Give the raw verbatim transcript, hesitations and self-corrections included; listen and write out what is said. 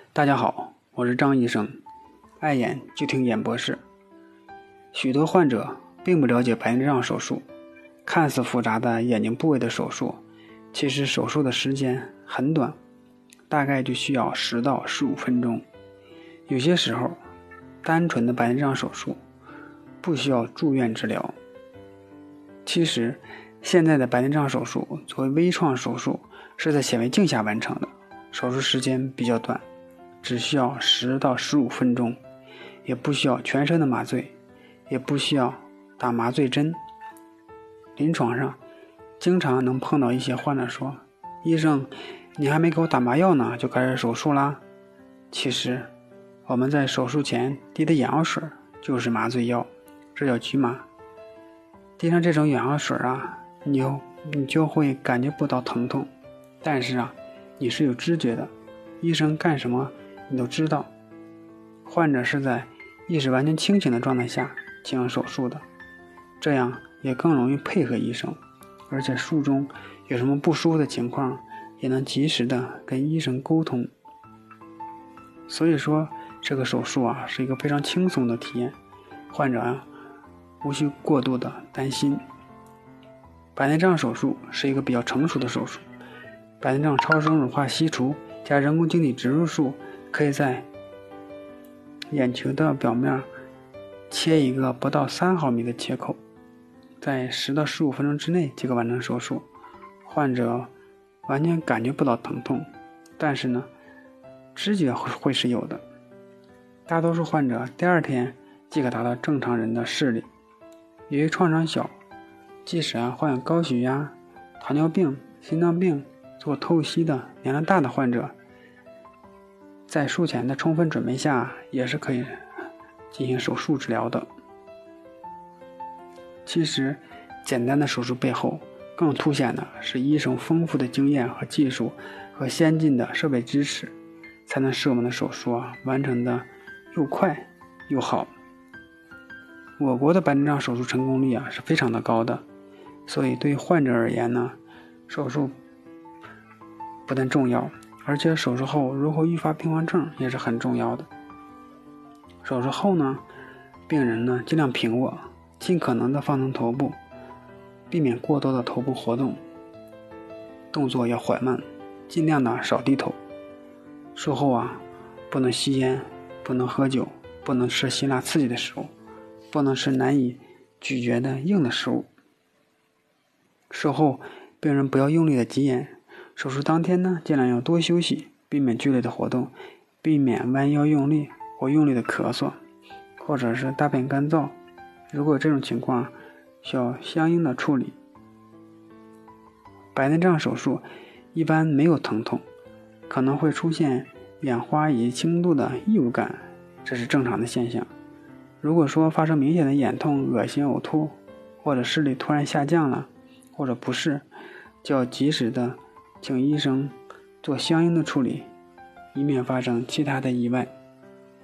大家好，我是张医生，爱眼就听眼博士。许多患者并不了解白内障手术，看似复杂的眼睛部位的手术，其实手术的时间很短，大概就需要十到十五分钟。有些时候，单纯的白内障手术不需要住院治疗。其实，现在的白内障手术作为微创手术，是在显微镜下完成的，手术时间比较短，只需要十到十五分钟，也不需要全身的麻醉，也不需要打麻醉针。临床上经常能碰到一些患者说，医生，你还没给我打麻药呢就开始手术啦。其实我们在手术前滴的眼药水就是麻醉药，这叫局麻。滴上这种眼药水啊，你就你就会感觉不到疼痛，但是啊你是有知觉的，医生干什么你都知道。患者是在意识完全清醒的状态下进行手术的，这样也更容易配合医生，而且术中有什么不舒服的情况也能及时的跟医生沟通。所以说这个手术啊是一个非常轻松的体验，患者啊无需过度的担心。白内障手术是一个比较成熟的手术，白内障超声乳化吸除加人工晶体植入术，可以在眼球的表面切一个不到三毫米的切口，在十到十五分钟之内即可完成手术，患者完全感觉不到疼痛，但是呢知觉会是有的。大多数患者第二天即可达到正常人的视力。由于创伤小，即使啊患有高血压、糖尿病、心脏病、做透析的年龄大的患者，在术前的充分准备下也是可以进行手术治疗的。其实简单的手术背后更凸显的是医生丰富的经验和技术和先进的设备支持，才能使我们的手术啊完成的又快又好。我国的白内障手术成功率啊是非常的高的，所以对于患者而言呢，手术不但重要，而且手术后如何预防并发症也是很重要的。手术后呢，病人呢尽量平卧，尽可能的放松头部，避免过多的头部活动，动作要缓慢，尽量的少低头。术后啊，不能吸烟，不能喝酒，不能吃辛辣刺激的食物，不能吃难以咀嚼的硬的食物。术后病人不要用力的挤眼，手术当天呢尽量要多休息，避免剧烈的活动，避免弯腰用力或用力的咳嗽，或者是大便干燥，如果这种情况需要相应的处理。白内障手术一般没有疼痛，可能会出现眼花以及轻度的异物感，这是正常的现象。如果说发生明显的眼痛、恶心、呕吐，或者视力突然下降了，或者不适，就要及时的请医生做相应的处理，以免发生其他的意外。